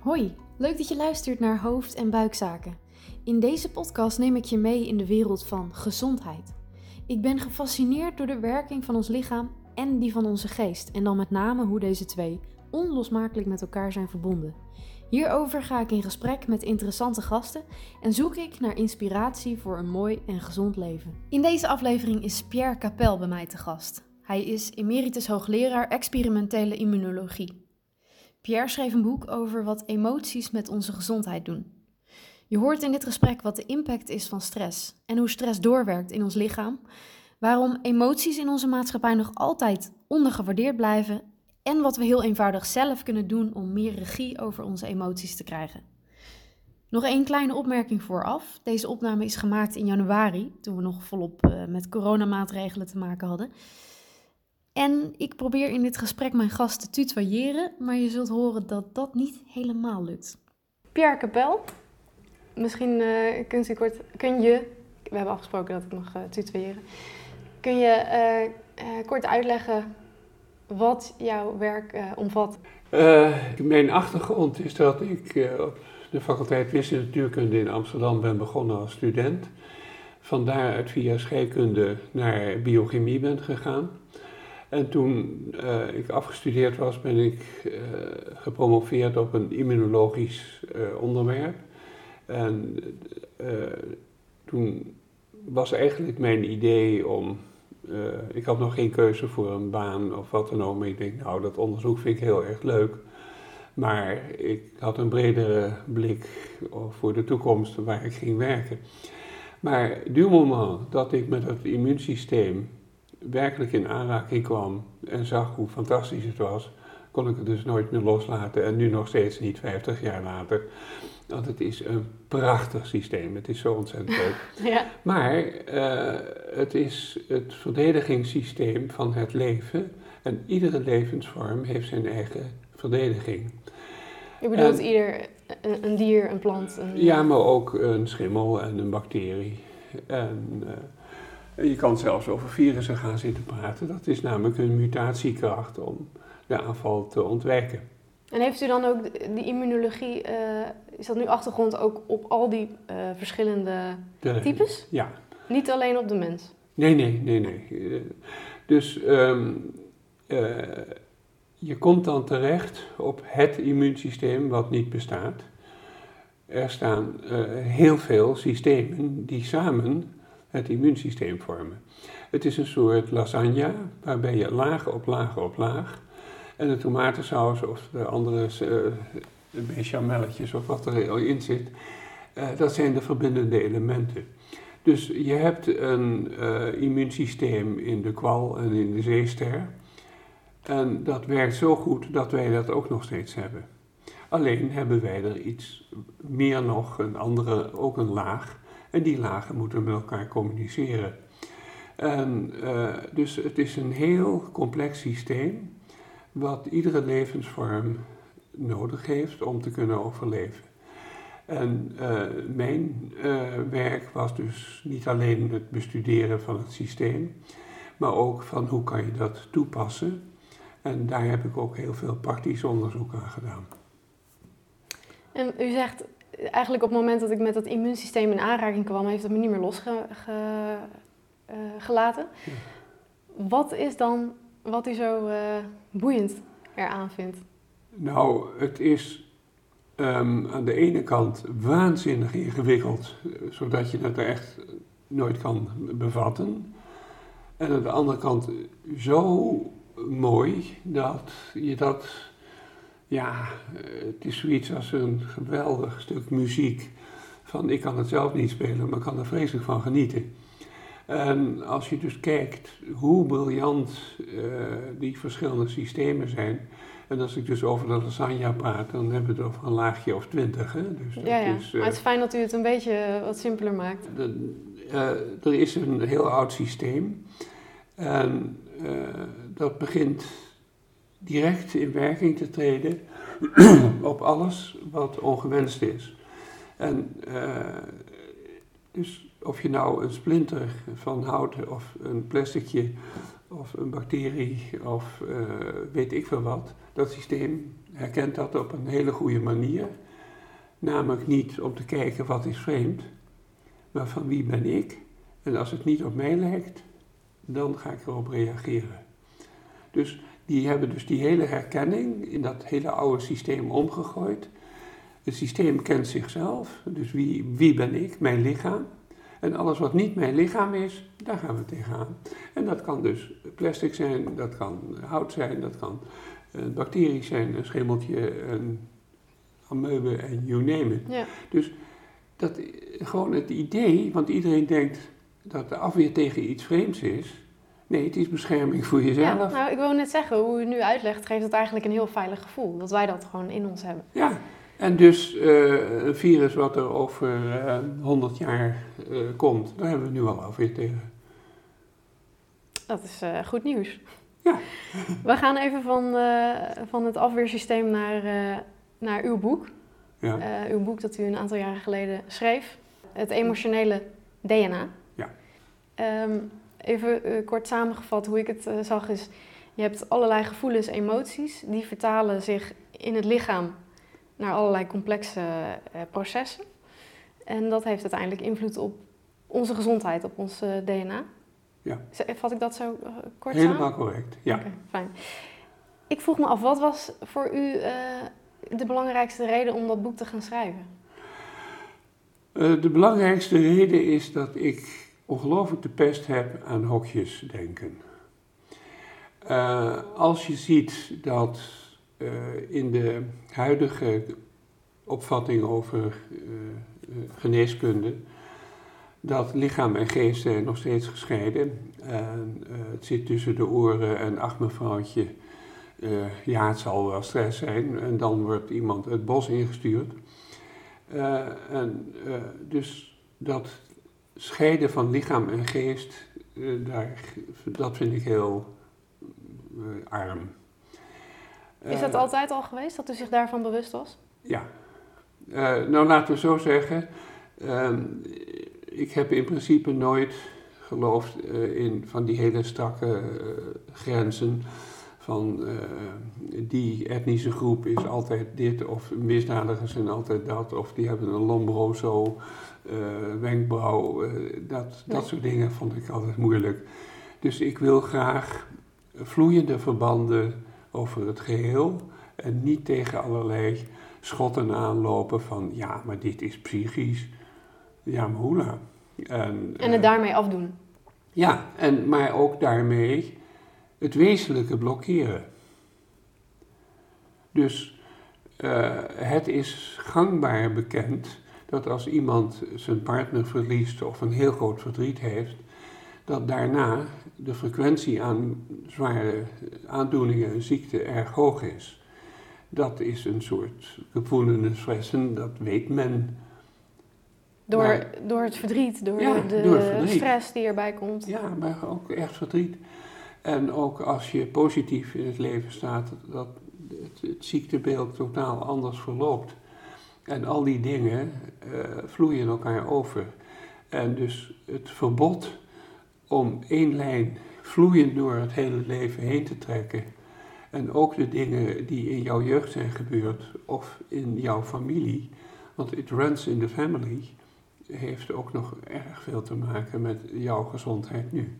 Hoi, leuk dat je luistert naar Hoofd- en Buikzaken. In deze podcast neem ik je mee in de wereld van gezondheid. Ik ben gefascineerd door de werking van ons lichaam en die van onze geest. En dan met name hoe deze twee onlosmakelijk met elkaar zijn verbonden. Hierover ga ik in gesprek met interessante gasten en zoek ik naar inspiratie voor een mooi en gezond leven. In deze aflevering is Pierre Capelle bij mij te gast. Hij is emeritus hoogleraar experimentele immunologie. Pierre schreef een boek over wat emoties met onze gezondheid doen. Je hoort in dit gesprek wat de impact is van stress en hoe stress doorwerkt in ons lichaam, waarom emoties in onze maatschappij nog altijd ondergewaardeerd blijven en wat we heel eenvoudig zelf kunnen doen om meer regie over onze emoties te krijgen. Nog één kleine opmerking vooraf. Deze opname is gemaakt in januari, toen we nog volop met coronamaatregelen te maken hadden. En ik probeer in dit gesprek mijn gast te tutoyeren, maar je zult horen dat dat niet helemaal lukt. Pierre Capelle, misschien we hebben afgesproken dat ik mag tutoyeren. Kun je kort uitleggen wat jouw werk omvat? Mijn achtergrond is dat ik op de faculteit Wiskunde en Natuurkunde in Amsterdam ben begonnen als student. Van daaruit via scheikunde naar biochemie ben gegaan. En toen ik afgestudeerd was, ben ik gepromoveerd op een immunologisch onderwerp. En toen was eigenlijk mijn idee om... ik had nog geen keuze voor een baan of wat dan ook, maar ik denk, nou, dat onderzoek vind ik heel erg leuk. Maar ik had een bredere blik voor de toekomst waar ik ging werken. Maar du moment dat ik met het immuunsysteem werkelijk in aanraking kwam en zag hoe fantastisch het was, kon ik het dus nooit meer loslaten en nu nog steeds niet, 50 jaar later. Want het is een prachtig systeem, het is zo ontzettend leuk. Ja. Maar het is het verdedigingssysteem van het leven en iedere levensvorm heeft zijn eigen verdediging. Je bedoelt een dier, een plant? Ja, maar ook een schimmel en een bacterie. En je kan zelfs over virussen gaan zitten praten. Dat is namelijk een mutatiekracht om de aanval te ontwijken. En heeft u dan ook die immunologie, is dat nu achtergrond ook op al die verschillende types? Ja. Niet alleen op de mens? Nee. Dus je komt dan terecht op het immuunsysteem wat niet bestaat. Er staan heel veel systemen die samen het immuunsysteem vormen. Het is een soort lasagne waarbij je laag op laag op laag en de tomatensaus of de andere bechamelletjes of wat erin zit, dat zijn de verbindende elementen. Dus je hebt een immuunsysteem in de kwal en in de zeester en dat werkt zo goed dat wij dat ook nog steeds hebben. Alleen hebben wij er iets meer nog, ook een laag. En die lagen moeten met elkaar communiceren. En, dus het is een heel complex systeem wat iedere levensvorm nodig heeft om te kunnen overleven. En mijn werk was dus niet alleen het bestuderen van het systeem, maar ook van hoe kan je dat toepassen. En daar heb ik ook heel veel praktisch onderzoek aan gedaan. En u zegt, eigenlijk op het moment dat ik met dat immuunsysteem in aanraking kwam, heeft het me niet meer losgelaten. Ja. Wat is dan wat u zo boeiend eraan vindt? Nou, het is aan de ene kant waanzinnig ingewikkeld, zodat je het er echt nooit kan bevatten. En aan de andere kant zo mooi dat je dat... Ja, het is zoiets als een geweldig stuk muziek. Ik kan het zelf niet spelen, maar ik kan er vreselijk van genieten. En als je dus kijkt hoe briljant die verschillende systemen zijn. En als ik dus over de lasagne praat, dan hebben we het over een laagje of 20. Hè? Dus ja. Maar het is fijn dat u het een beetje wat simpeler maakt. Er is een heel oud systeem. En dat begint direct in werking te treden op alles wat ongewenst is. En dus of je nou een splinter van hout of een plasticje of een bacterie of weet ik veel wat, dat systeem herkent dat op een hele goede manier. Namelijk niet om te kijken wat is vreemd, maar van wie ben ik. En als het niet op mij lijkt, dan ga ik erop reageren. Dus die hebben dus die hele herkenning in dat hele oude systeem omgegooid. Het systeem kent zichzelf, dus wie ben ik, mijn lichaam. En alles wat niet mijn lichaam is, daar gaan we tegenaan. En dat kan dus plastic zijn, dat kan hout zijn, dat kan een bacterie zijn, een schimmeltje, een amoebe en you name it. Ja. Dus dat, gewoon het idee, want iedereen denkt dat de afweer tegen iets vreemds is. Nee, het is bescherming voor jezelf. Ja, nou, ik wil net zeggen, hoe u het nu uitlegt, geeft het eigenlijk een heel veilig gevoel. Dat wij dat gewoon in ons hebben. Ja, en dus een virus wat er over 100 jaar komt, daar hebben we nu al afweer tegen. Dat is goed nieuws. Ja. We gaan even van het afweersysteem naar uw boek. Ja. Uw boek dat u een aantal jaren geleden schreef. Het emotionele DNA. Ja. Even kort samengevat hoe ik het zag is, je hebt allerlei gevoelens, emoties, die vertalen zich in het lichaam naar allerlei complexe processen. En dat heeft uiteindelijk invloed op onze gezondheid, op ons DNA. Ja. Vat ik dat zo kort Helemaal samen? correct, ja. Oké, fijn. Ik vroeg me af, wat was voor u de belangrijkste reden om dat boek te gaan schrijven? De belangrijkste reden is dat ik ongelooflijk de pest heb aan hokjes denken. Als je ziet dat in de huidige opvatting over geneeskunde, dat lichaam en geest zijn nog steeds gescheiden. Het zit tussen de oren en ach mevrouwtje, ja het zal wel stress zijn. En dan wordt iemand het bos ingestuurd. Dus dat scheiden van lichaam en geest, dat vind ik heel arm. Is dat altijd al geweest, dat u zich daarvan bewust was? Ja. Nou, laten we zo zeggen. Ik heb in principe nooit geloofd in van die hele strakke grenzen. Van die etnische groep is altijd dit, of misdadigers zijn altijd dat, of die hebben een lombroso wenkbrauw. Dat soort dingen vond ik altijd moeilijk. Dus ik wil graag vloeiende verbanden over het geheel en niet tegen allerlei schotten aanlopen van ja, maar dit is psychisch. Ja, maar hoela. En het daarmee afdoen. Ja, maar ook daarmee het wezenlijke blokkeren. Dus het is gangbaar bekend dat als iemand zijn partner verliest of een heel groot verdriet heeft, dat daarna de frequentie aan zware aandoeningen en ziekten erg hoog is. Dat is een soort gevoelensfressen, dat weet men. Door het verdriet, door de stress die erbij komt. Ja, maar ook echt verdriet. En ook als je positief in het leven staat, dat het ziektebeeld totaal anders verloopt. En al die dingen vloeien elkaar over. En dus het verbod om één lijn vloeiend door het hele leven heen te trekken. En ook de dingen die in jouw jeugd zijn gebeurd of in jouw familie, want it runs in the family, heeft ook nog erg veel te maken met jouw gezondheid nu.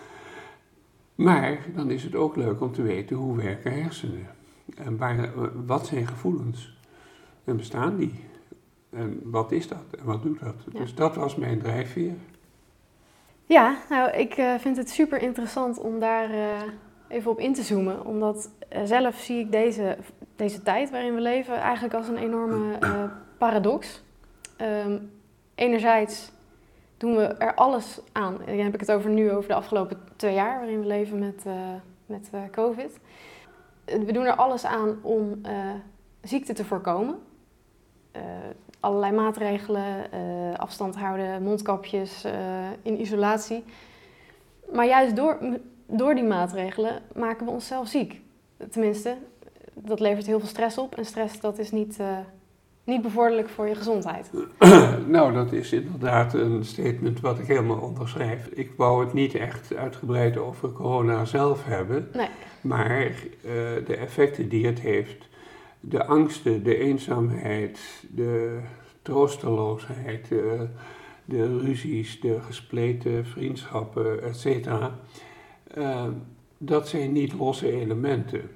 Maar dan is het ook leuk om te weten hoe werken hersenen. En wat zijn gevoelens? En bestaan die? En wat is dat? En wat doet dat? Ja. Dus dat was mijn drijfveer. Ja, nou ik vind het super interessant om daar even op in te zoomen. Omdat zelf zie ik deze tijd waarin we leven eigenlijk als een enorme paradox. Enerzijds doen we er alles aan. Dan heb ik het over de afgelopen 2 jaar waarin we leven met COVID. We doen er alles aan om ziekte te voorkomen. Allerlei maatregelen, afstand houden, mondkapjes, in isolatie. Maar juist door die maatregelen maken we onszelf ziek. Tenminste, dat levert heel veel stress op. En stress, dat is niet bevorderlijk voor je gezondheid. Nou, dat is inderdaad een statement wat ik helemaal onderschrijf. Ik wou het niet echt uitgebreid over corona zelf hebben. Nee. Maar de effecten die het heeft, de angsten, de eenzaamheid, de troosteloosheid, de ruzies, de gespleten vriendschappen, etc. Dat zijn niet losse elementen.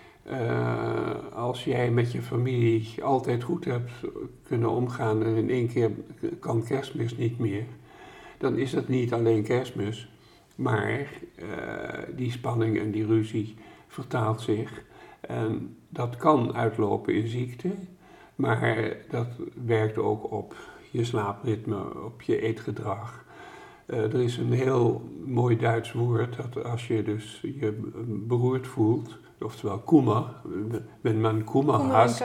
Als jij met je familie altijd goed hebt kunnen omgaan en in één keer kan Kerstmis niet meer, dan is dat niet alleen Kerstmis, maar die spanning en die ruzie vertaalt zich. En dat kan uitlopen in ziekte, maar dat werkt ook op je slaapritme, op je eetgedrag. Er is een heel mooi Duits woord dat als je dus je beroerd voelt, oftewel Kummer, wenn man Kummer hat,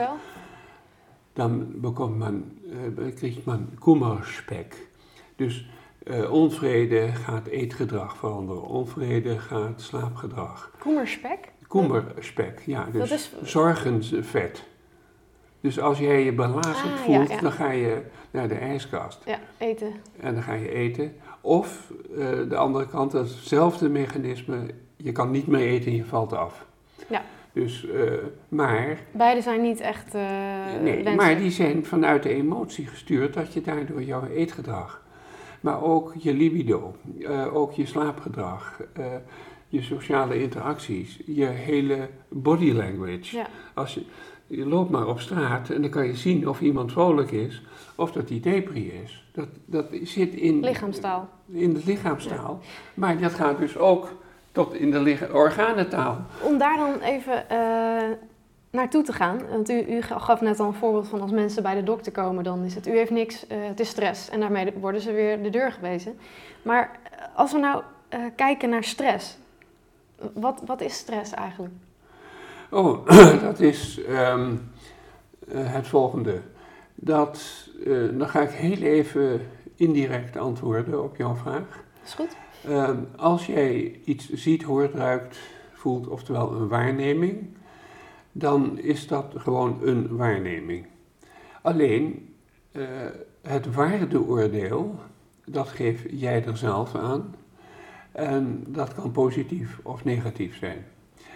dan krijgt man Kummerspek. Dus onvrede gaat eetgedrag veranderen, onvrede gaat slaapgedrag. Kummerspek? Kummerspek, ja, dus dat is zorgenvet. Dus als jij je belazerd voelt, dan ga je naar de ijskast. Ja, eten. En dan ga je eten. Of de andere kant, hetzelfde mechanisme, je kan niet meer eten en je valt af. Ja. Dus, maar... Beide zijn niet echt nee, maar die zijn vanuit de emotie gestuurd dat je daardoor jouw eetgedrag, maar ook je libido, ook je slaapgedrag, je sociale interacties, je hele body language. Ja. Als je loopt maar op straat en dan kan je zien of iemand vrolijk is of dat hij depri is. Dat zit in... Lichaamstaal. In de lichaamstaal. Ja. Maar dat gaat dus ook tot in de organentaal. Om daar dan even naartoe te gaan. Want u gaf net al een voorbeeld van als mensen bij de dokter komen, dan is het, u heeft niks, het is stress. En daarmee worden ze weer de deur gewezen. Maar als we nou kijken naar stress. Wat is stress eigenlijk? Oh, dat is het volgende. Dan ga ik heel even indirect antwoorden op jouw vraag. Is goed. Als jij iets ziet, hoort, ruikt, voelt, oftewel een waarneming, dan is dat gewoon een waarneming. Alleen, het waardeoordeel, dat geef jij er zelf aan. En dat kan positief of negatief zijn.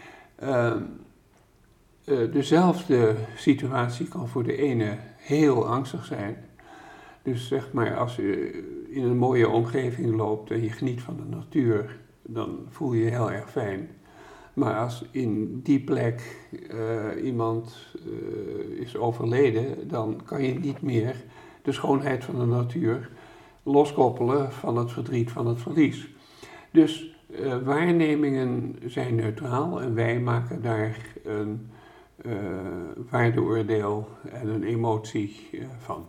Dezelfde situatie kan voor de ene heel angstig zijn. Dus zeg maar, als je in een mooie omgeving loopt en je geniet van de natuur, dan voel je je heel erg fijn. Maar als in die plek iemand is overleden, dan kan je niet meer de schoonheid van de natuur loskoppelen van het verdriet van het verlies. Dus waarnemingen zijn neutraal en wij maken daar een waardeoordeel en een emotie van.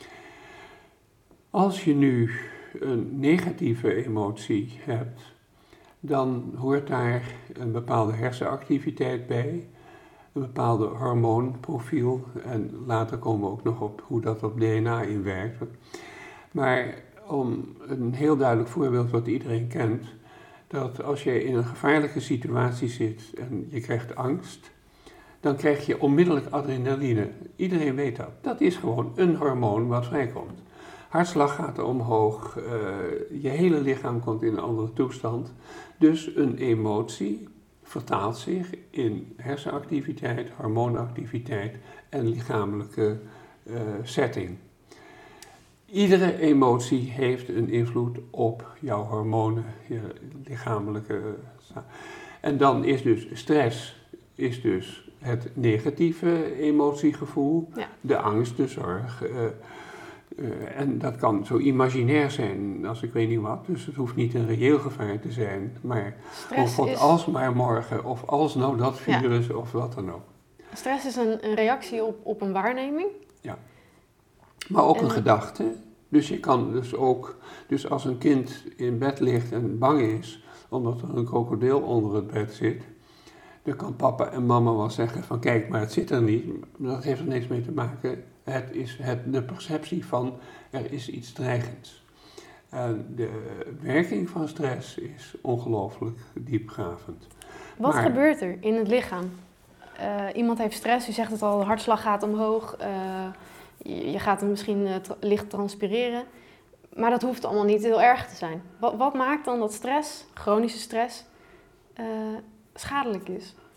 Als je nu een negatieve emotie hebt, dan hoort daar een bepaalde hersenactiviteit bij, een bepaalde hormoonprofiel en later komen we ook nog op hoe dat op DNA inwerkt. Maar om een heel duidelijk voorbeeld wat iedereen kent, dat als je in een gevaarlijke situatie zit en je krijgt angst, dan krijg je onmiddellijk adrenaline. Iedereen weet dat. Dat is gewoon een hormoon wat vrijkomt. Hartslag gaat omhoog, je hele lichaam komt in een andere toestand. Dus een emotie vertaalt zich in hersenactiviteit, hormoonactiviteit en lichamelijke setting. Iedere emotie heeft een invloed op jouw hormonen, je lichamelijke. En dan is dus stress het negatieve emotiegevoel, ja. De angst, de zorg. En dat kan zo imaginair zijn als ik weet niet wat, dus het hoeft niet een reëel gevaar te zijn, maar of God als maar morgen, of als nou dat virus, ja. Of wat dan ook. Stress is een reactie op een waarneming. Ja, maar ook een gedachte. Dus je kan dus ook, dus als een kind in bed ligt en bang is, omdat er een krokodil onder het bed zit, dan kan papa en mama wel zeggen van kijk, maar het zit er niet, dat heeft er niks mee te maken. Het is de perceptie van er is iets dreigends. En de werking van stress is ongelooflijk diepgravend. Wat gebeurt er in het lichaam? Iemand heeft stress, u zegt het al, de hartslag gaat omhoog, je gaat hem misschien licht transpireren. Maar dat hoeft allemaal niet heel erg te zijn. Wat maakt dan dat stress, chronische stress, schadelijk is?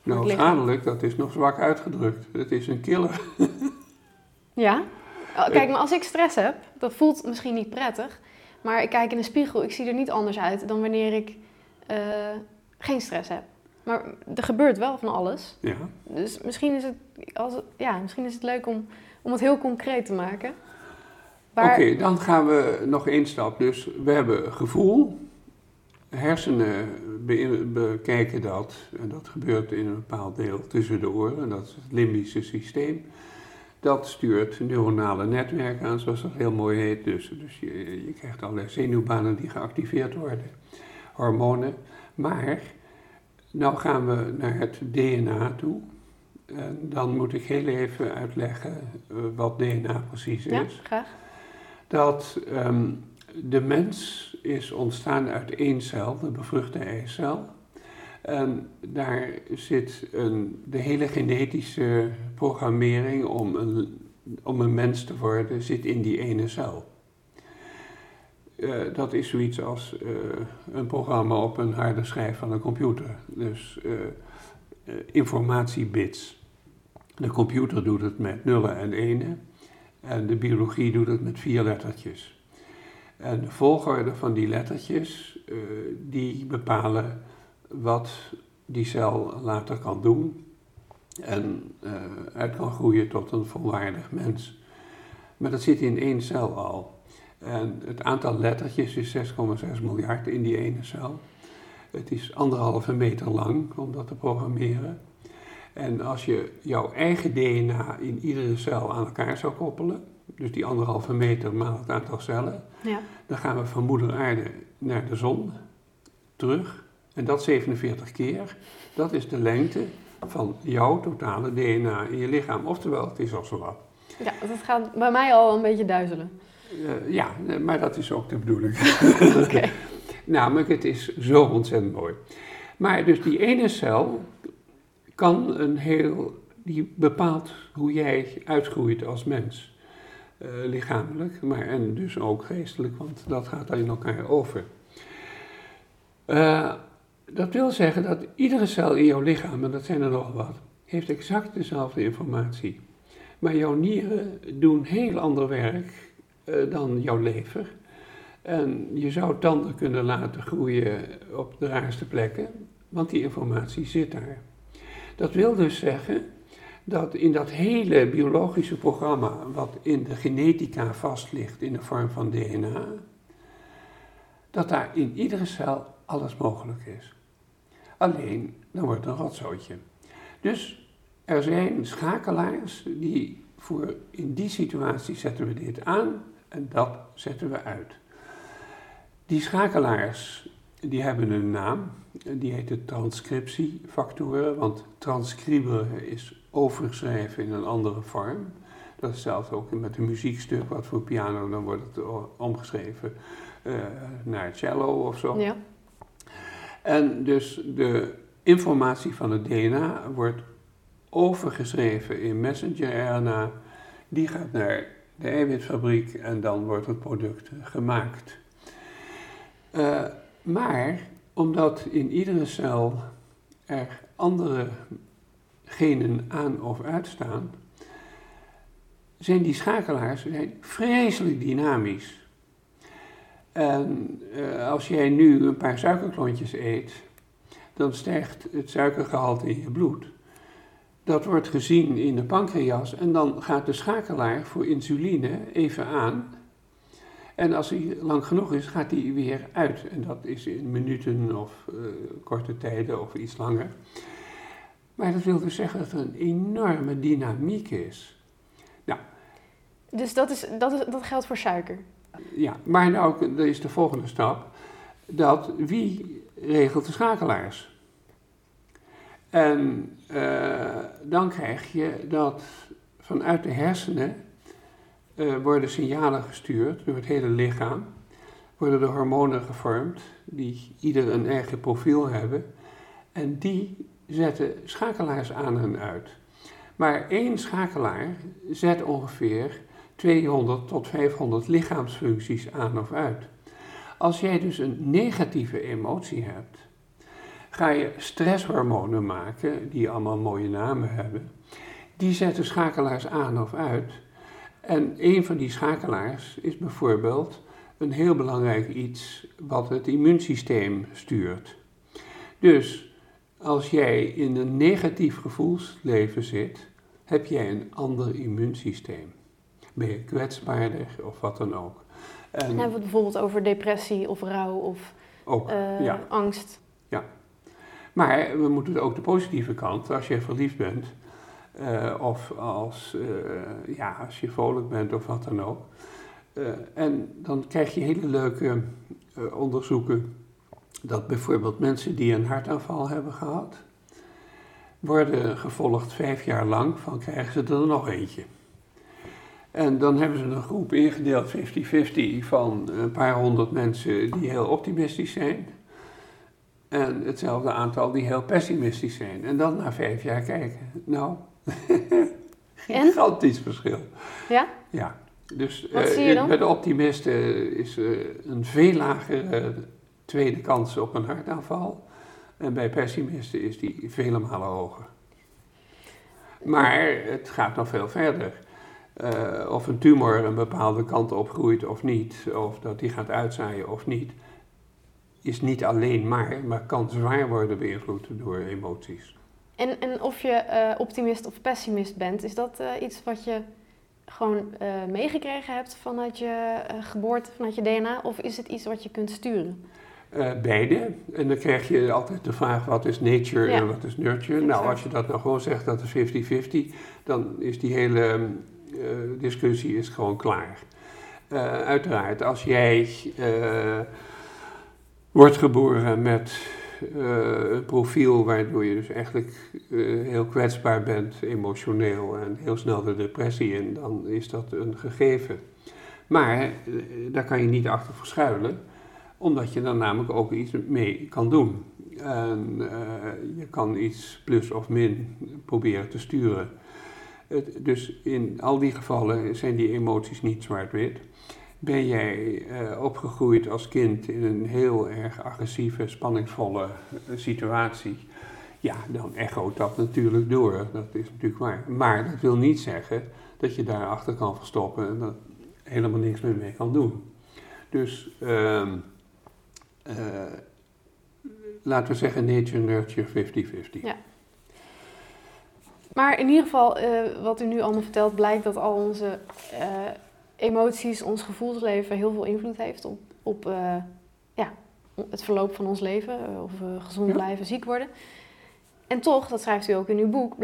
het lichaam. Schadelijk, dat is nog zwak uitgedrukt. Het is een killer. Ja? Kijk, maar als ik stress heb, dat voelt misschien niet prettig. Maar ik kijk in de spiegel, ik zie er niet anders uit dan wanneer ik geen stress heb. Maar er gebeurt wel van alles. Ja. Dus misschien is het leuk om het heel concreet te maken. Oké, dan gaan we nog één stap. Dus we hebben gevoel. Hersenen bekijken dat. En dat gebeurt in een bepaald deel tussen de oren. Dat is het limbische systeem. Dat stuurt neuronale netwerken aan, zoals dat heel mooi heet. Dus je krijgt allerlei zenuwbanen die geactiveerd worden. Hormonen. Maar, nou gaan we naar het DNA toe. En dan moet ik heel even uitleggen wat DNA precies is. Ja, graag. Dat de mens is ontstaan uit één cel, de bevruchte eicel. En daar zit de hele genetische programmering om een mens te worden, zit in die ene cel. Dat is zoiets als een programma op een harde schijf van een computer. Dus informatiebits. De computer doet het met nullen en enen. En de biologie doet het met 4 lettertjes. En de volgorde van die lettertjes, die bepalen wat die cel later kan doen. En uit kan groeien tot een volwaardig mens. Maar dat zit in één cel al. En het aantal lettertjes is 6,6 miljard in die ene cel. Het is 1,5 meter lang om dat te programmeren. En als je jouw eigen DNA in iedere cel aan elkaar zou koppelen, dus die 1,5 meter maal het aantal cellen, ja. Dan gaan we van moeder aarde naar de zon, terug, en dat 47 keer. Dat is de lengte van jouw totale DNA in je lichaam. Oftewel, het is al zo wat. Ja, dat gaat bij mij al een beetje duizelen. Ja, maar dat is ook de bedoeling. Oké. Namelijk, het is zo ontzettend mooi. Maar dus die ene cel die bepaalt hoe jij uitgroeit als mens. Lichamelijk, en dus ook geestelijk, want dat gaat dan in elkaar over. Dat wil zeggen dat iedere cel in jouw lichaam, en dat zijn er nogal wat, heeft exact dezelfde informatie. Maar jouw nieren doen heel ander werk dan jouw lever. En je zou tanden kunnen laten groeien op de raarste plekken, want die informatie zit daar. Dat wil dus zeggen dat in dat hele biologische programma, wat in de genetica vast ligt in de vorm van DNA, dat daar in iedere cel alles mogelijk is. Alleen, dan wordt het een rotzootje. Dus er zijn schakelaars die in die situatie zetten we dit aan en dat zetten we uit. Die schakelaars, die hebben een naam, die heet transcriptiefactoren, want transcriberen is overschrijven in een andere vorm. Dat is zelfs ook met een muziekstuk, wat voor piano, dan wordt het omgeschreven naar cello of zo. Ja. En dus de informatie van het DNA wordt overgeschreven in messenger-RNA, die gaat naar de eiwitfabriek en dan wordt het product gemaakt. Maar omdat in iedere cel er andere genen aan of uitstaan, zijn die schakelaars vreselijk dynamisch. En als jij nu een paar suikerklontjes eet, dan stijgt het suikergehalte in je bloed. Dat wordt gezien in de pancreas en dan gaat de schakelaar voor insuline even aan. En als hij lang genoeg is, gaat hij weer uit. En dat is in minuten of korte tijden of iets langer. Maar dat wil dus zeggen dat er een enorme dynamiek is. Nou, dus dat geldt voor suiker? Ja, maar nou dat is de volgende stap. Wie regelt de schakelaars? En dan krijg je dat vanuit de hersenen worden signalen gestuurd door het hele lichaam. Worden de hormonen gevormd, die ieder een eigen profiel hebben. En die zetten schakelaars aan en uit. Maar één schakelaar zet ongeveer 200 tot 500 lichaamsfuncties aan of uit. Als jij dus een negatieve emotie hebt, ga je stresshormonen maken, die allemaal mooie namen hebben. Die zetten schakelaars aan of uit. En een van die schakelaars is bijvoorbeeld een heel belangrijk iets wat het immuunsysteem stuurt. Dus als jij in een negatief gevoelsleven zit, heb jij een ander immuunsysteem. Ben je kwetsbaarder of wat dan ook. En hebben we het bijvoorbeeld over depressie of rouw of ook, angst. Ja, maar we moeten ook de positieve kant, als je verliefd bent, of als je vrolijk bent of wat dan ook. En dan krijg je hele leuke onderzoeken dat bijvoorbeeld mensen die een hartaanval hebben gehad, worden gevolgd 5 jaar lang van krijgen ze er nog eentje. En dan hebben ze een groep ingedeeld 50-50 van een paar honderd mensen die heel optimistisch zijn. En hetzelfde aantal die heel pessimistisch zijn. En dan na 5 jaar kijken. Nou, gigantisch verschil. Ja? Ja. Dus wat zie je dan? bij de optimisten is een veel lagere tweede kans op een hartaanval. En bij pessimisten is die vele malen hoger. Maar het gaat nog veel verder. Of een tumor een bepaalde kant op groeit of niet, of dat die gaat uitzaaien of niet, is niet alleen maar kan zwaar worden beïnvloed door emoties. En of je optimist of pessimist bent, is dat iets wat je gewoon meegekregen hebt vanuit je geboorte, vanuit je DNA, of is het iets wat je kunt sturen? Beide. En dan krijg je altijd de vraag, wat is nature en wat is nurture? Exact. Nou, als je dat nou gewoon zegt, dat is 50-50, dan is die hele discussie is gewoon klaar. Uiteraard, als jij wordt geboren met een profiel waardoor je dus eigenlijk heel kwetsbaar bent, emotioneel en heel snel de depressie in, dan is dat een gegeven. Maar daar kan je niet achter verschuilen, omdat je dan namelijk ook iets mee kan doen. En je kan iets plus of min proberen te sturen. Dus in al die gevallen zijn die emoties niet zwart-wit. Ben jij opgegroeid als kind in een heel erg agressieve, spanningsvolle situatie, ja, dan echoot dat natuurlijk door. Dat is natuurlijk waar. Maar dat wil niet zeggen dat je daarachter kan verstoppen en dat helemaal niks meer mee kan doen. Dus laten we zeggen nature, nurture, 50-50. Ja. Maar in ieder geval, wat u nu allemaal vertelt, blijkt dat al onze emoties, ons gevoelsleven heel veel invloed heeft op het verloop van ons leven. Of we gezond blijven, ziek worden. En toch, dat schrijft u ook in uw boek,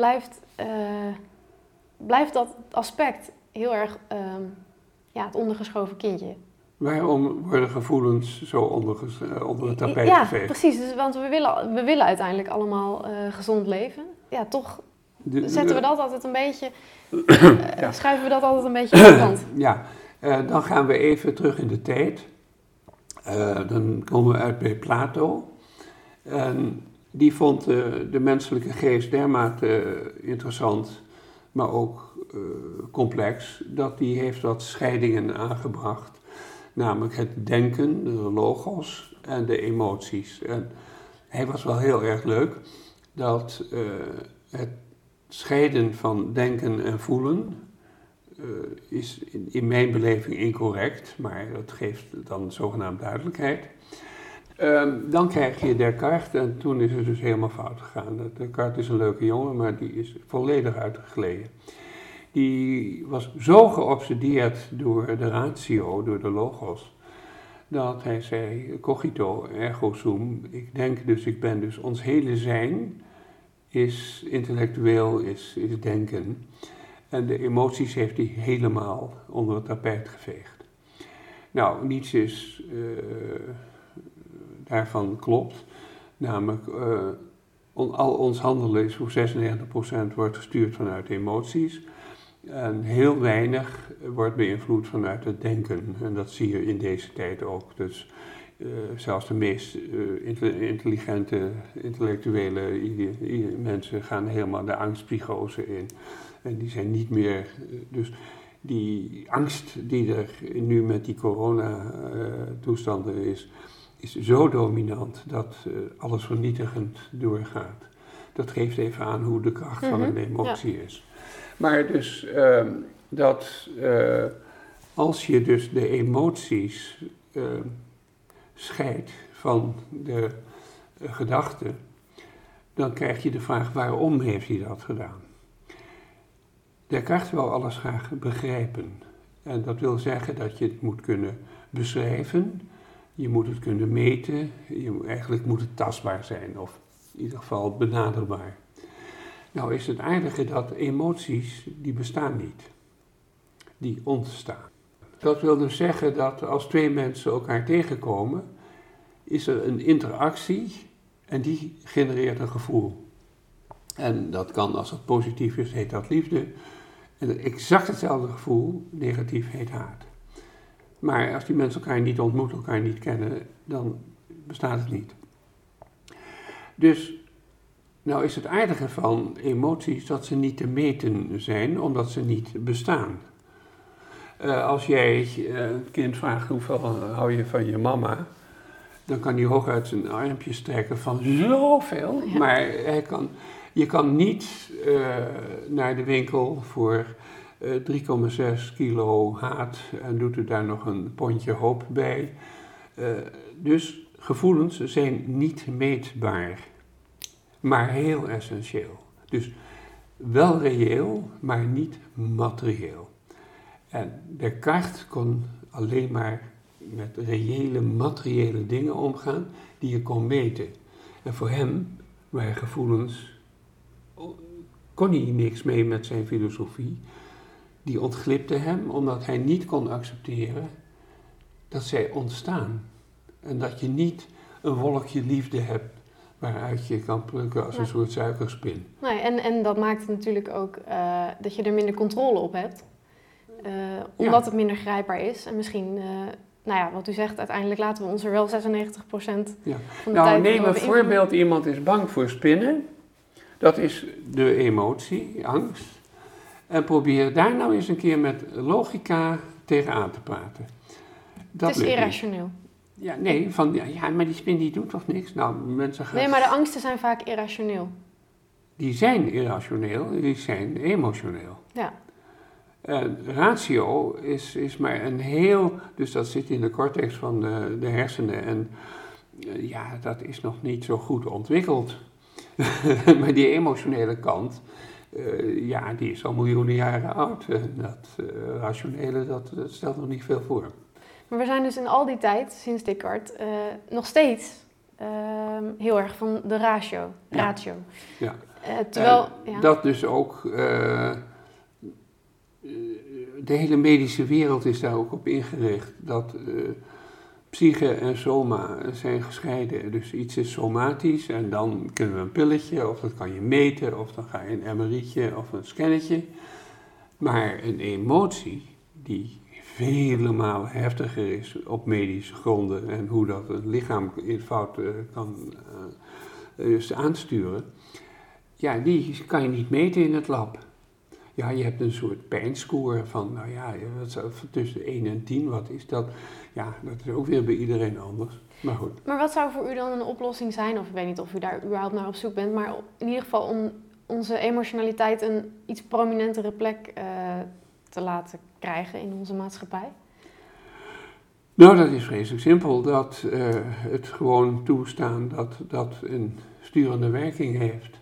blijft dat aspect heel erg het ondergeschoven kindje. Waarom worden gevoelens zo onder het tapijt geveegd? Ja, precies. Dus, want we willen uiteindelijk allemaal gezond leven. Ja, toch zetten we dat altijd een beetje, schuiven we dat altijd een beetje aan de kant. Ja, dan gaan we even terug in de tijd. Dan komen we uit bij Plato. Die vond de menselijke geest dermate interessant, maar ook complex, dat die heeft wat scheidingen aangebracht. Namelijk het denken, de logos en de emoties. En hij was wel heel erg leuk dat het scheiden van denken en voelen is in mijn beleving incorrect, maar dat geeft dan zogenaamd duidelijkheid. Dan krijg je Descartes en toen is het dus helemaal fout gegaan. Descartes is een leuke jongen, maar die is volledig uitgegleden. Die was zo geobsedeerd door de ratio, door de logos, dat hij zei, cogito ergo sum, ik denk dus, ik ben dus, ons hele zijn is intellectueel, is denken. En de emoties heeft hij helemaal onder het tapijt geveegd. Nou, niets is daarvan klopt. Namelijk, al ons handelen is voor 96% wordt gestuurd vanuit emoties. En heel weinig wordt beïnvloed vanuit het denken. En dat zie je in deze tijd ook. Dus zelfs de meest intelligente, intellectuele mensen gaan helemaal de angstpsychose in. En die zijn niet meer, dus die angst die er nu met die corona-toestanden is is zo dominant dat alles vernietigend doorgaat. Dat geeft even aan hoe de kracht van een emotie is. Maar dus als je dus de emoties scheidt van de gedachten, dan krijg je de vraag waarom heeft hij dat gedaan. Descartes wil alles graag begrijpen. En dat wil zeggen dat je het moet kunnen beschrijven, je moet het kunnen meten, eigenlijk moet het tastbaar zijn of in ieder geval benaderbaar. Nou is het aardige dat emoties, die bestaan niet. Die ontstaan. Dat wil dus zeggen dat als twee mensen elkaar tegenkomen, is er een interactie en die genereert een gevoel. En dat kan, als het positief is, heet dat liefde. En exact hetzelfde gevoel, negatief, heet haat. Maar als die mensen elkaar niet ontmoeten, elkaar niet kennen, dan bestaat het niet. Dus, nou is het aardige van emoties dat ze niet te meten zijn, omdat ze niet bestaan. Als jij een kind vraagt hoeveel hou je van je mama, dan kan hij hooguit zijn armpjes trekken van zoveel. Ja. Maar je kan niet naar de winkel voor 3,6 kilo haat en doet er daar nog een pondje hoop bij. Dus gevoelens zijn niet meetbaar, maar heel essentieel. Dus wel reëel, maar niet materieel. En Descartes kon alleen maar met reële, materiële dingen omgaan die je kon meten. En voor hem waren gevoelens, kon hij niks mee met zijn filosofie. Die ontglipte hem omdat hij niet kon accepteren dat zij ontstaan. En dat je niet een wolkje liefde hebt waaruit je kan plukken als een soort suikerspin. Nee, en dat maakt het natuurlijk ook dat je er minder controle op hebt. Omdat het minder grijpbaar is. En misschien, wat u zegt, uiteindelijk laten we ons er wel 96% van de tijd... neem een voorbeeld. Iemand is bang voor spinnen. Dat is de emotie, angst. En probeer daar nou eens een keer met logica tegenaan te praten. Het is irrationeel. Ja, nee, maar die spin die doet toch niks? Nou, mensen gaan... Nee, maar de angsten zijn vaak irrationeel. Die zijn irrationeel, die zijn emotioneel. Ja. Ratio is maar een heel... Dus dat zit in de cortex van de hersenen. En dat is nog niet zo goed ontwikkeld. Maar die emotionele kant... die is al miljoenen jaren oud. Dat rationele, dat stelt nog niet veel voor. Maar we zijn dus in al die tijd, sinds Descartes, nog steeds heel erg van de ratio. Ja. Terwijl... Dat dus ook... de hele medische wereld is daar ook op ingericht. Dat psyche en soma zijn gescheiden. Dus iets is somatisch en dan kunnen we een pilletje, of dat kan je meten, of dan ga je een MRI'tje of een scannetje. Maar een emotie die vele malen heftiger is op medische gronden en hoe dat een lichaam in fout kan aansturen, die kan je niet meten in het lab. Ja, je hebt een soort pijnscore van, tussen 1 en 10, wat is dat? Ja, dat is ook weer bij iedereen anders. Maar goed. Maar wat zou voor u dan een oplossing zijn? Of ik weet niet of u daar überhaupt naar op zoek bent, maar in ieder geval om onze emotionaliteit een iets prominentere plek te laten krijgen in onze maatschappij? Nou, dat is vreselijk simpel. Dat het gewoon toestaan dat een sturende werking heeft.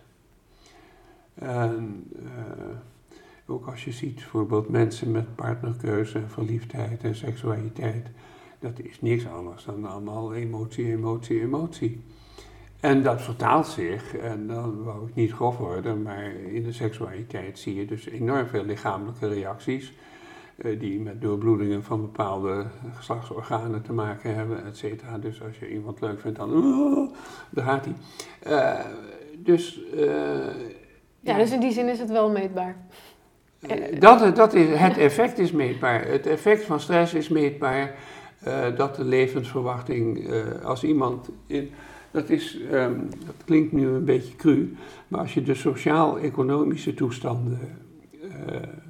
En ook als je ziet bijvoorbeeld mensen met partnerkeuze en verliefdheid en seksualiteit, dat is niks anders dan allemaal emotie. En dat vertaalt zich, en dan wou ik niet grof worden, maar in de seksualiteit zie je dus enorm veel lichamelijke reacties die met doorbloedingen van bepaalde geslachtsorganen te maken hebben, et cetera. Dus als je iemand leuk vindt, dan daar gaat hij. Dus in die zin is het wel meetbaar. Het effect is meetbaar. Het effect van stress is meetbaar. Dat de levensverwachting, als iemand... Dat klinkt nu een beetje cru, maar als je de sociaal-economische toestanden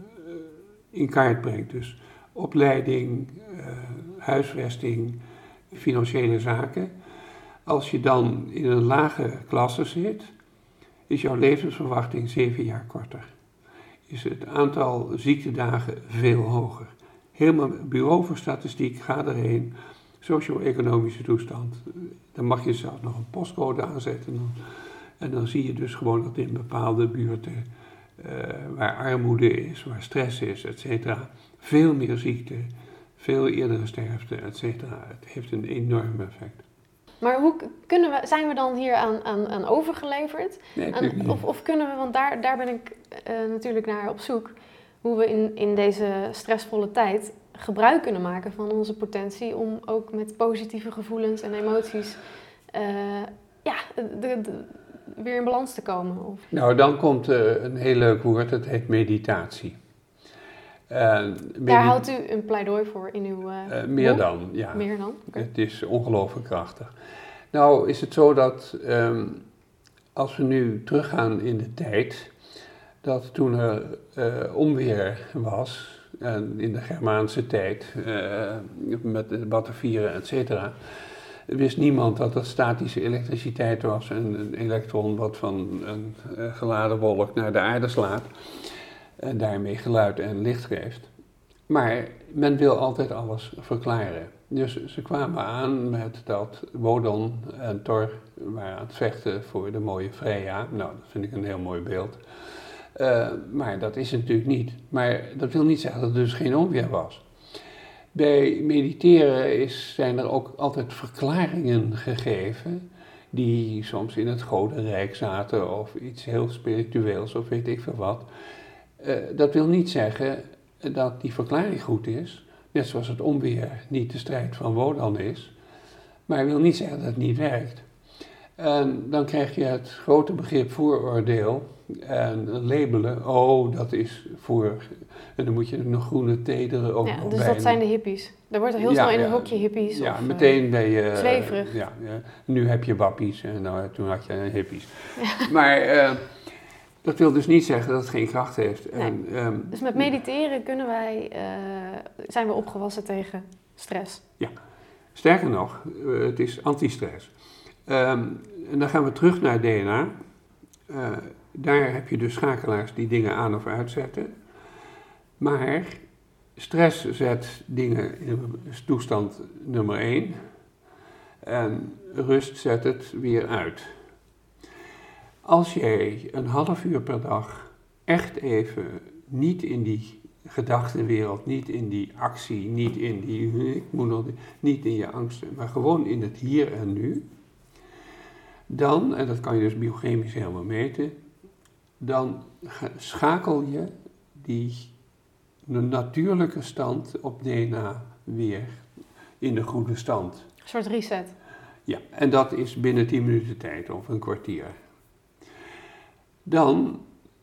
in kaart brengt, dus opleiding, huisvesting, financiële zaken. Als je dan in een lage klasse zit, is jouw levensverwachting 7 jaar korter. Is het aantal ziektedagen veel hoger. Helemaal Bureau voor Statistiek, ga erheen. Socio-economische toestand. Dan mag je zelfs nog een postcode aanzetten. En dan zie je dus gewoon dat in bepaalde buurten, waar armoede is, waar stress is, et cetera, veel meer ziekte, veel eerdere sterfte, et cetera. Het heeft een enorm effect. Maar hoe zijn we dan hier aan overgeleverd? Nee, of kunnen we, want daar ben ik natuurlijk naar op zoek, hoe we in deze stressvolle tijd gebruik kunnen maken van onze potentie om ook met positieve gevoelens en emoties weer in balans te komen. Of... Nou, dan komt een heel leuk woord, het heet meditatie. Daar houdt u een pleidooi voor in uw meer boek? dan, ja. Meer dan? Okay. Het is ongelooflijk krachtig. Nou is het zo dat als we nu teruggaan in de tijd, dat toen er onweer was, en in de Germaanse tijd, met de Batavieren, et cetera, wist niemand dat dat statische elektriciteit was en een elektron wat van een geladen wolk naar de aarde slaat en daarmee geluid en licht geeft. Maar men wil altijd alles verklaren. Dus ze kwamen aan met dat Wodan en Thor waren aan het vechten voor de mooie Freya. Nou, dat vind ik een heel mooi beeld. Maar dat is het natuurlijk niet. Maar dat wil niet zeggen dat er dus geen onweer was. Bij mediteren zijn er ook altijd verklaringen gegeven die soms in het godenrijk zaten of iets heel spiritueels of weet ik veel wat. Dat wil niet zeggen dat die verklaring goed is, net zoals het onweer niet de strijd van Wodan is, maar wil niet zeggen dat het niet werkt. En dan krijg je het grote begrip vooroordeel en labelen, dat is voor, en dan moet je nog groene thee er ook nog dus bij. Dat zijn de hippies. Er wordt heel snel in een hokje hippies. Ja, of, meteen ben je... zweverig. Nu heb je wappies en toen had je hippies. Maar dat wil dus niet zeggen dat het geen kracht heeft. Nee. En, dus met mediteren zijn we opgewassen tegen stress. Ja, sterker nog, het is anti-stress. En dan gaan we terug naar DNA. Daar heb je dus schakelaars die dingen aan of uitzetten. Maar stress zet dingen in toestand nummer 1 en rust zet het weer uit. Als jij een half uur per dag echt even niet in die gedachtenwereld, niet in die actie, niet in die niet in je angsten, maar gewoon in het hier en nu, dan, en dat kan je dus biochemisch helemaal meten, dan schakel je die natuurlijke stand op DNA weer in de goede stand. Een soort reset. Ja, en dat is binnen 10 minuten tijd of een kwartier. Dan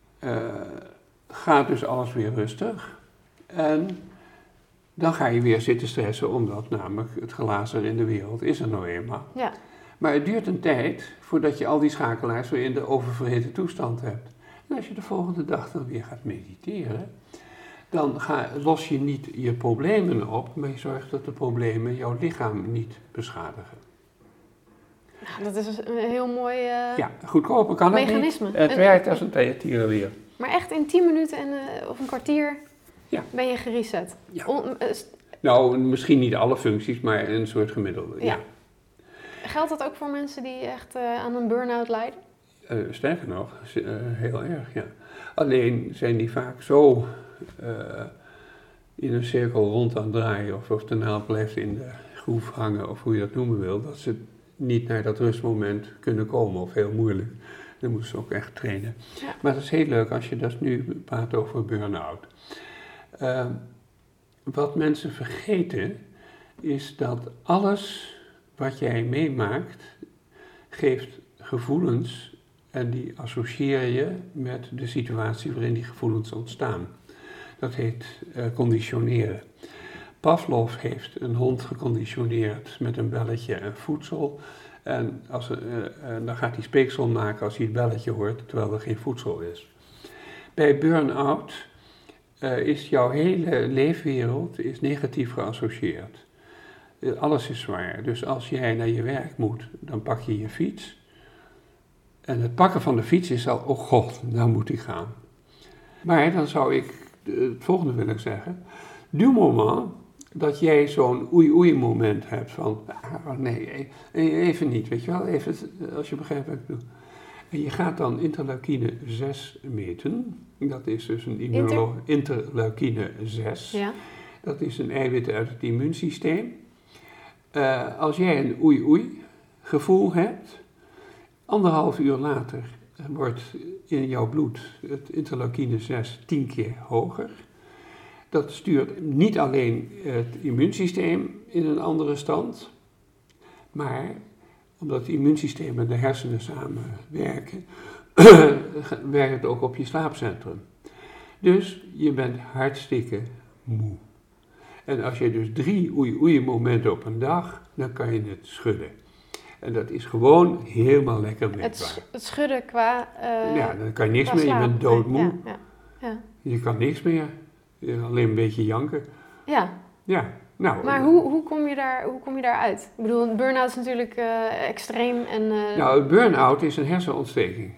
gaat dus alles weer rustig en dan ga je weer zitten stressen, omdat namelijk het glazer in de wereld is er nou eenmaal. Ja. Maar het duurt een tijd voordat je al die schakelaars weer in de oververhitte toestand hebt. En als je de volgende dag dan weer gaat mediteren, dan los je niet je problemen op, maar je zorgt dat de problemen jouw lichaam niet beschadigen. Nou, dat is een heel mooi goedkoper kan het mechanisme. Niet. Het werkt als een tierenlier. Maar echt in 10 minuten of een kwartier ben je gereset? Ja. Nou, misschien niet alle functies, maar een soort gemiddelde. Ja. Geldt dat ook voor mensen die echt aan een burn-out lijden? Sterker nog, heel erg, ja. Alleen zijn die vaak zo in een cirkel rond aan het draaien of de naald blijft in de groef hangen of hoe je dat noemen wil, dat ze niet naar dat rustmoment kunnen komen of heel moeilijk. Dan moeten ze ook echt trainen. Ja. Maar het is heel leuk als je dus nu praat over burn-out. Wat mensen vergeten is dat alles wat jij meemaakt geeft gevoelens en die associeer je met de situatie waarin die gevoelens ontstaan. Dat heet conditioneren. Pavlov heeft een hond geconditioneerd met een belletje en voedsel. En dan gaat hij speeksel maken als hij het belletje hoort, terwijl er geen voedsel is. Bij burn-out is jouw hele leefwereld negatief geassocieerd. Alles is zwaar. Dus als jij naar je werk moet, dan pak je je fiets. En het pakken van de fiets is al, oh god, nou moet ik gaan. Maar dan zou ik het volgende willen zeggen. Du moment dat jij zo'n oei-oei moment hebt van, nee, even niet, weet je wel, even, als je begrijpt wat ik bedoel. En je gaat dan interleukine 6 meten. Dat is dus een interleukine 6. Ja. Dat is een eiwit uit het immuunsysteem. Als jij een oei-oei gevoel hebt, 1,5 uur later wordt in jouw bloed het interleukine 6 10 keer hoger. Dat stuurt niet alleen het immuunsysteem in een andere stand, maar omdat het immuunsysteem en de hersenen samenwerken, werkt het ook op je slaapcentrum. Dus je bent hartstikke moe. En als je dus 3 oei-oei momenten op een dag, dan kan je het schudden. En dat is gewoon helemaal lekker meetbaar. Het schudden qua ja, dan kan je niks meer, slaap. je bent doodmoe. Ja. Je kan niks meer, alleen een beetje janken. Ja. Ja, nou. Maar hoe kom je daar uit? Ik bedoel, een burn-out is natuurlijk extreem en... Nou, een burn-out is een hersenontsteking.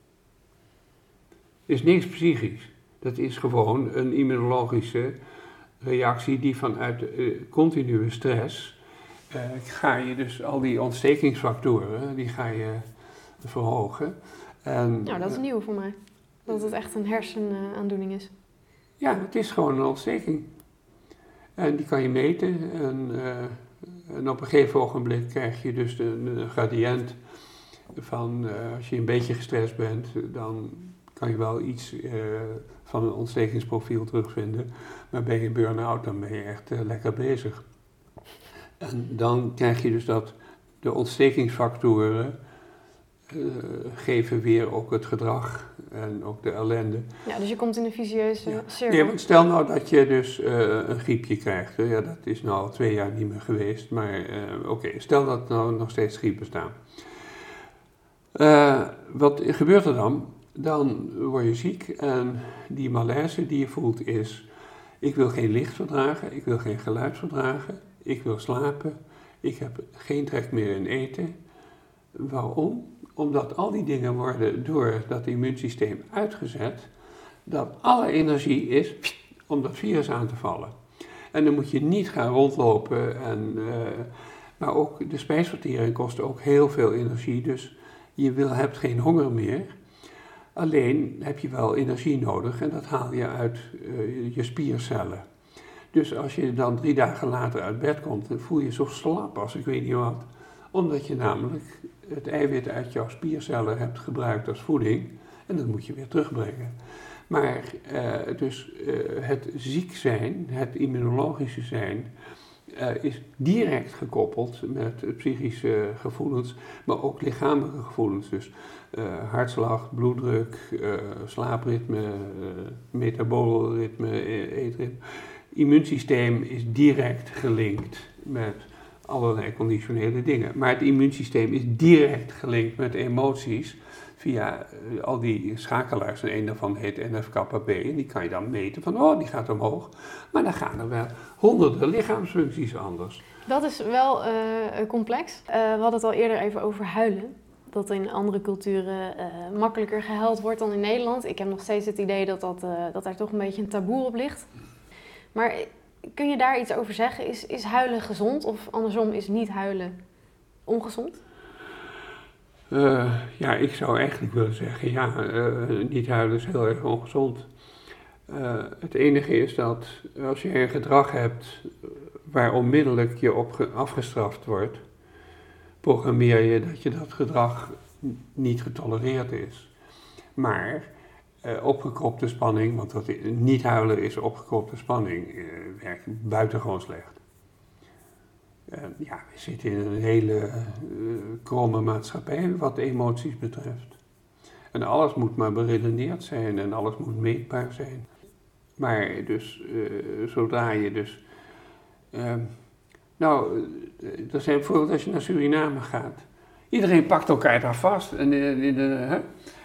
Is niks psychisch. Dat is gewoon een immunologische reactie die vanuit continue stress... ga je dus al die ontstekingsfactoren, die ga je verhogen. En, nou, dat is nieuw voor mij. Dat het echt een hersenaandoening is. Ja, het is gewoon een ontsteking. En die kan je meten. En op een gegeven ogenblik krijg je dus een gradient van... als je een beetje gestrest bent, dan kan je wel iets van een ontstekingsprofiel terugvinden. Maar ben je burn-out, dan ben je echt lekker bezig. En dan krijg je dus dat de ontstekingsfactoren geven weer ook het gedrag en ook de ellende. Ja, dus je komt in een vicieuze cirkel. Nee, stel nou dat je dus een griepje krijgt. Ja, dat is nou al 2 jaar niet meer geweest. Maar oké, stel dat nou nog steeds griep bestaan. Wat gebeurt er dan? Dan word je ziek en die malaise die je voelt is... ik wil geen licht verdragen, ik wil geen geluid verdragen... Ik wil slapen, ik heb geen trek meer in eten. Waarom? Omdat al die dingen worden door dat immuunsysteem uitgezet, dat alle energie is om dat virus aan te vallen. En dan moet je niet gaan rondlopen, maar ook de spijsvertering kost ook heel veel energie, dus je hebt geen honger meer. Alleen heb je wel energie nodig en dat haal je uit je spiercellen. Dus als je dan 3 dagen later uit bed komt, dan voel je zo slap als ik weet niet wat. Omdat je namelijk het eiwit uit jouw spiercellen hebt gebruikt als voeding. En dat moet je weer terugbrengen. Maar het ziek zijn, het immunologische zijn, is direct gekoppeld met psychische gevoelens, maar ook lichamelijke gevoelens. Dus hartslag, bloeddruk, slaapritme, metaboolritme, eetritme. Immuunsysteem is direct gelinkt met allerlei conditionele dingen. Maar het immuunsysteem is direct gelinkt met emoties via al die schakelaars. En een daarvan heet NF-kappa-B. En die kan je dan meten van, die gaat omhoog. Maar dan gaan er wel honderden lichaamsfuncties anders. Dat is wel complex. We hadden het al eerder even over huilen. Dat in andere culturen makkelijker gehuild wordt dan in Nederland. Ik heb nog steeds het idee dat daar toch een beetje een taboe op ligt. Maar kun je daar iets over zeggen? Is huilen gezond of andersom is niet huilen ongezond? Ja, ik zou eigenlijk willen zeggen, niet huilen is heel erg ongezond. Het enige is dat als je een gedrag hebt waar onmiddellijk je op afgestraft wordt, programmeer je dat gedrag niet getolereerd is. Maar opgekropte spanning, want niet huilen is opgekropte spanning, werkt buitengewoon slecht. We zitten in een hele kromme maatschappij wat emoties betreft. En alles moet maar beredeneerd zijn en alles moet meetbaar zijn. Maar dus, zodra je dus... er zijn bijvoorbeeld als je naar Suriname gaat. Iedereen pakt elkaar daar vast. En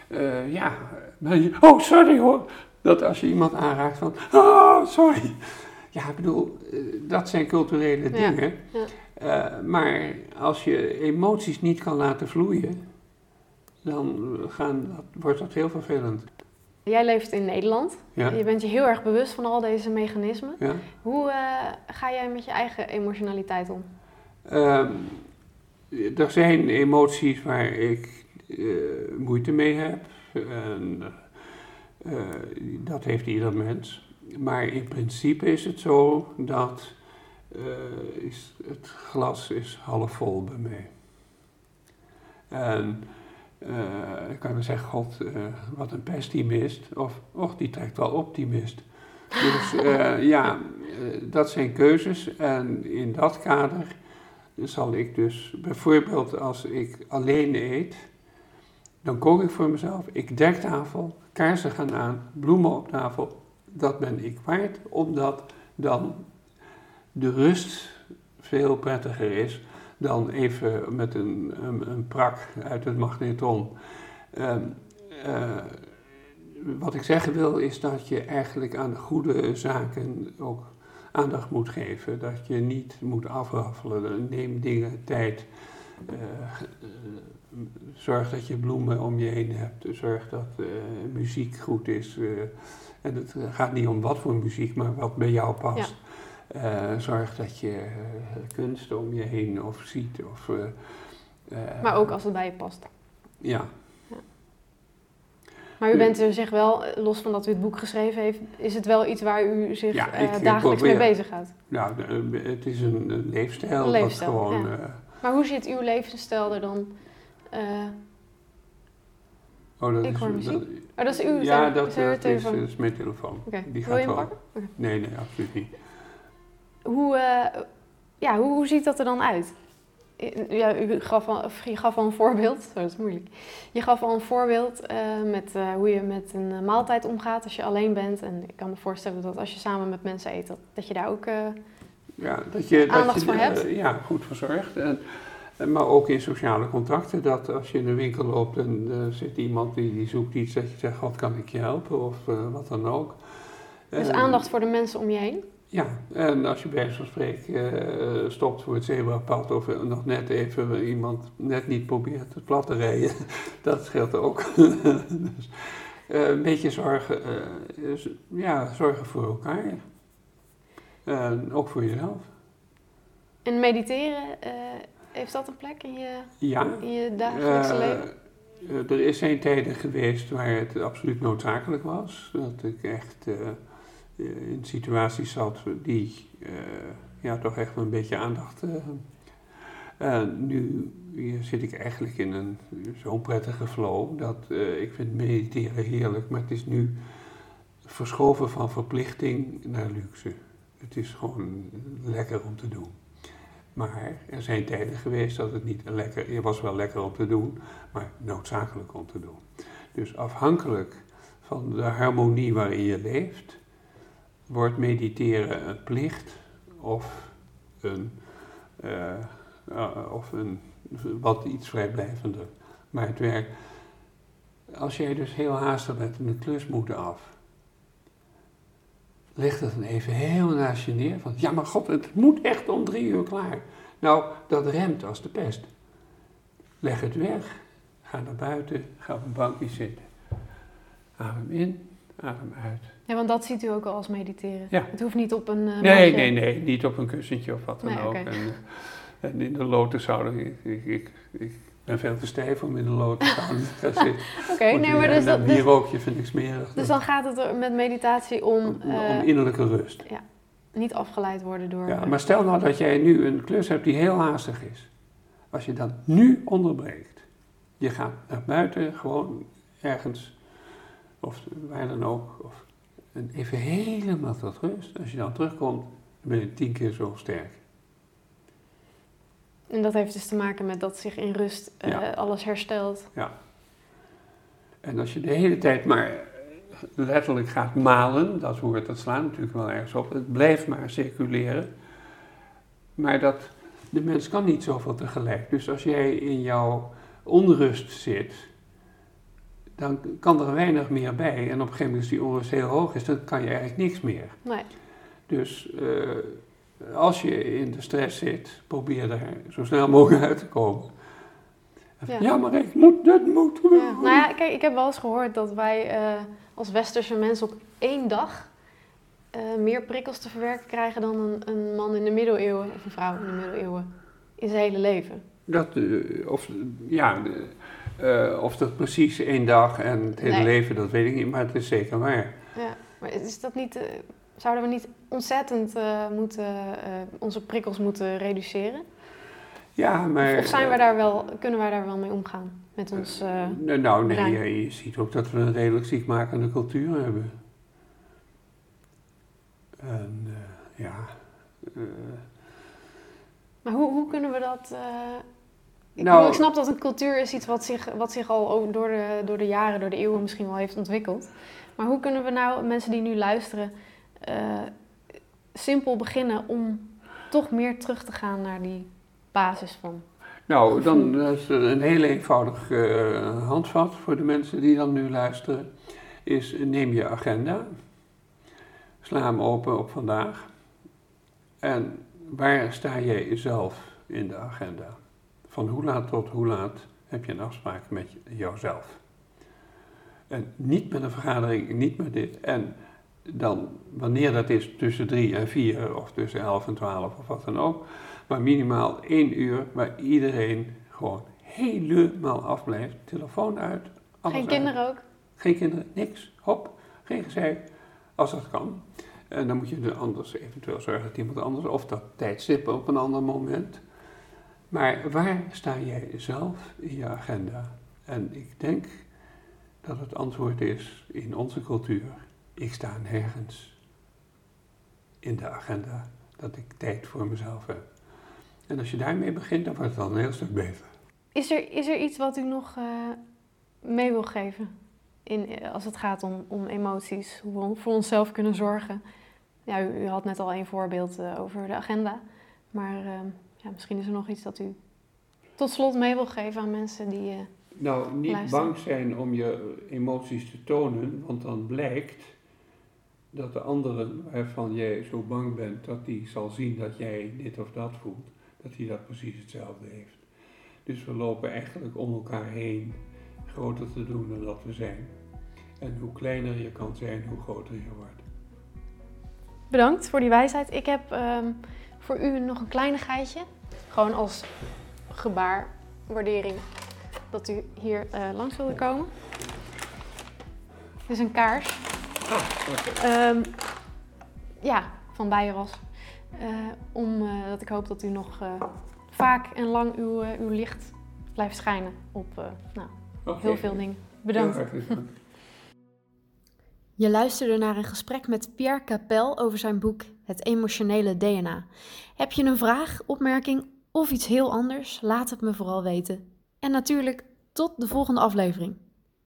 sorry hoor. Dat als je iemand aanraakt van, sorry. Ja, ik bedoel, dat zijn culturele dingen. Ja. Maar als je emoties niet kan laten vloeien, dan wordt dat heel vervelend. Jij leeft in Nederland. Ja. Je bent je heel erg bewust van al deze mechanismen. Ja. Hoe ga jij met je eigen emotionaliteit om? Er zijn emoties waar ik moeite mee heb. En, dat heeft ieder mens. Maar in principe is het zo dat het glas is half vol bij mij. En ik kan wel zeggen, God, wat een pessimist. Of die trekt wel optimist. Dus dat zijn keuzes. En in dat kader zal ik dus, bijvoorbeeld als ik alleen eet, dan kook ik voor mezelf, ik dek tafel, kaarsen gaan aan, bloemen op tafel. Dat ben ik waard, omdat dan de rust veel prettiger is dan even met een prak uit het magnetron. Wat ik zeggen wil is dat je eigenlijk aan de goede zaken ook aandacht moet geven. Dat je niet moet afraffelen. Neem dingen tijd. Zorg dat je bloemen om je heen hebt. Zorg dat muziek goed is. En het gaat niet om wat voor muziek, maar wat bij jou past. Ja. Zorg dat je kunst om je heen of ziet. Maar ook als het bij je past. Ja. Maar u bent er zich wel, los van dat u het boek geschreven heeft, is het wel iets waar u zich dagelijks mee bezighoudt? Nou, het is een leefstijl. Een leefstijl, wat gewoon, maar hoe zit uw levensstijl er dan? Ik hoor muziek. Dat is uw telefoon? Dat is mijn telefoon. Okay. Die Wil je hem pakken? Okay. Nee, absoluut niet. Hoe ziet dat er dan uit? Ja, u gaf al een voorbeeld. Zo, dat is moeilijk. Je gaf al een voorbeeld met hoe je met een maaltijd omgaat als je alleen bent. En ik kan me voorstellen dat als je samen met mensen eet, dat je daar ook aandacht voor hebt. Goed verzorgd. Maar ook in sociale contacten, dat als je in een winkel loopt en zit iemand die zoekt iets, dat je zegt, wat kan ik je helpen of wat dan ook. Dus aandacht voor de mensen om je heen? Ja, en als je bij wijze van spreken stopt voor het zebrapad of nog net even iemand net niet probeert het plat te rijden, dat scheelt ook. Dus, een beetje zorgen voor elkaar. Ook voor jezelf. En mediteren, heeft dat een plek in je dagelijkse leven? Er zijn tijden geweest waar het absoluut noodzakelijk was. Dat ik echt in situaties zat die toch echt een beetje aandacht. Nu zit ik eigenlijk in zo'n prettige flow dat ik vind mediteren heerlijk, maar het is nu verschoven van verplichting naar luxe. Het is gewoon lekker om te doen. Maar er zijn tijden geweest dat het niet lekker, het was wel lekker om te doen, maar noodzakelijk om te doen. Dus afhankelijk van de harmonie waarin je leeft, wordt mediteren een plicht of een wat iets vrijblijvender. Maar het werk, als jij dus heel haastig bent en de klus moet af, leg dat dan even heel naast je neer. Van, ja, maar God, het moet echt om 3 uur klaar. Nou, dat remt als de pest. Leg het weg. Ga naar buiten. Ga op een bankje zitten. Adem in. Adem uit. Ja, want dat ziet u ook al als mediteren. Ja. Het hoeft niet op een Nee. Niet op een kussentje of wat dan ook. Okay. En in de lotus zouden... Ik ben veel te stijf om in de lotus te gaan zitten. Maar dus dat bierrookje vind ik smerig. Dus dan gaat het er met meditatie om innerlijke rust. Ja, niet afgeleid worden door... Ja, maar stel nou dat jij nu een klus hebt die heel haastig is. Als je dat nu onderbreekt. Je gaat naar buiten, gewoon ergens, of waar dan ook. En even helemaal tot rust. Als je dan terugkomt, dan ben je 10 keer zo sterk. En dat heeft dus te maken met dat zich in rust alles herstelt. Ja. En als je de hele tijd maar letterlijk gaat malen, dat woord, dat slaat natuurlijk wel ergens op. Het blijft maar circuleren. Maar de mens kan niet zoveel tegelijk. Dus als jij in jouw onrust zit, dan kan er weinig meer bij. En op een gegeven moment als die onrust heel hoog is, dan kan je eigenlijk niks meer. Nee. Dus als je in de stress zit, probeer daar zo snel mogelijk uit te komen. Ja, maar ik moet, dat moet. Ja. Nou ja, kijk, ik heb wel eens gehoord dat wij als westerse mensen op 1 dag meer prikkels te verwerken krijgen dan een man in de middeleeuwen of een vrouw in de middeleeuwen in zijn hele leven. Of dat precies 1 dag en het hele leven, dat weet ik niet, maar het is zeker waar. Ja, maar is dat niet, zouden we niet ontzettend onze prikkels moeten reduceren? Ja, maar... Of kunnen wij daar wel mee omgaan met ons nee, je ziet ook dat we een redelijk ziekmakende cultuur hebben. En Maar hoe kunnen we dat... Ik snap dat een cultuur is iets wat zich al door de jaren, door de eeuwen misschien wel heeft ontwikkeld. Maar hoe kunnen we nou, mensen die nu luisteren, simpel beginnen om toch meer terug te gaan naar die basis van... Nou, dan is er een heel eenvoudig handvat voor de mensen die dan nu luisteren. Is neem je agenda, sla hem open op vandaag. En waar sta jij zelf in de agenda? Van hoe laat tot hoe laat heb je een afspraak met jouzelf? En niet met een vergadering, niet met dit. En dan, wanneer dat is, tussen 3 en 4 of tussen 11 en 12 of wat dan ook. Maar minimaal 1 uur waar iedereen gewoon helemaal afblijft. Telefoon uit. Geen kinderen ook? Geen kinderen, niks. Hop, geen gezeik. Als dat kan. En dan moet je er anders eventueel zorgen dat iemand anders, of dat tijdstip op een ander moment. Maar waar sta jij zelf in je agenda? En ik denk dat het antwoord is in onze cultuur. Ik sta nergens in de agenda dat ik tijd voor mezelf heb. En als je daarmee begint, dan wordt het al een heel stuk beter. Is er iets wat u nog mee wil geven als het gaat om emoties? Hoe we voor onszelf kunnen zorgen? Ja, u had net al 1 voorbeeld over de agenda. Maar misschien is er nog iets dat u tot slot mee wil geven aan mensen die Nou, niet luisteren. bang zijn om je emoties te tonen, want dan blijkt dat de anderen waarvan jij zo bang bent dat die zal zien dat jij dit of dat voelt, dat hij dat precies hetzelfde heeft. Dus we lopen eigenlijk om elkaar heen groter te doen dan dat we zijn. En hoe kleiner je kan zijn, hoe groter je wordt. Bedankt voor die wijsheid. Ik heb voor u nog een kleinigheidje. Gewoon als gebaarwaardering dat u hier langs wilde komen. Dit is een kaars. Van Bijenwas. Omdat ik hoop dat u nog vaak en lang uw licht blijft schijnen op heel veel dingen. Bedankt. Je luisterde naar een gesprek met Pierre Capelle over zijn boek Het emotionele DNA. Heb je een vraag, opmerking of iets heel anders? Laat het me vooral weten. En natuurlijk tot de volgende aflevering.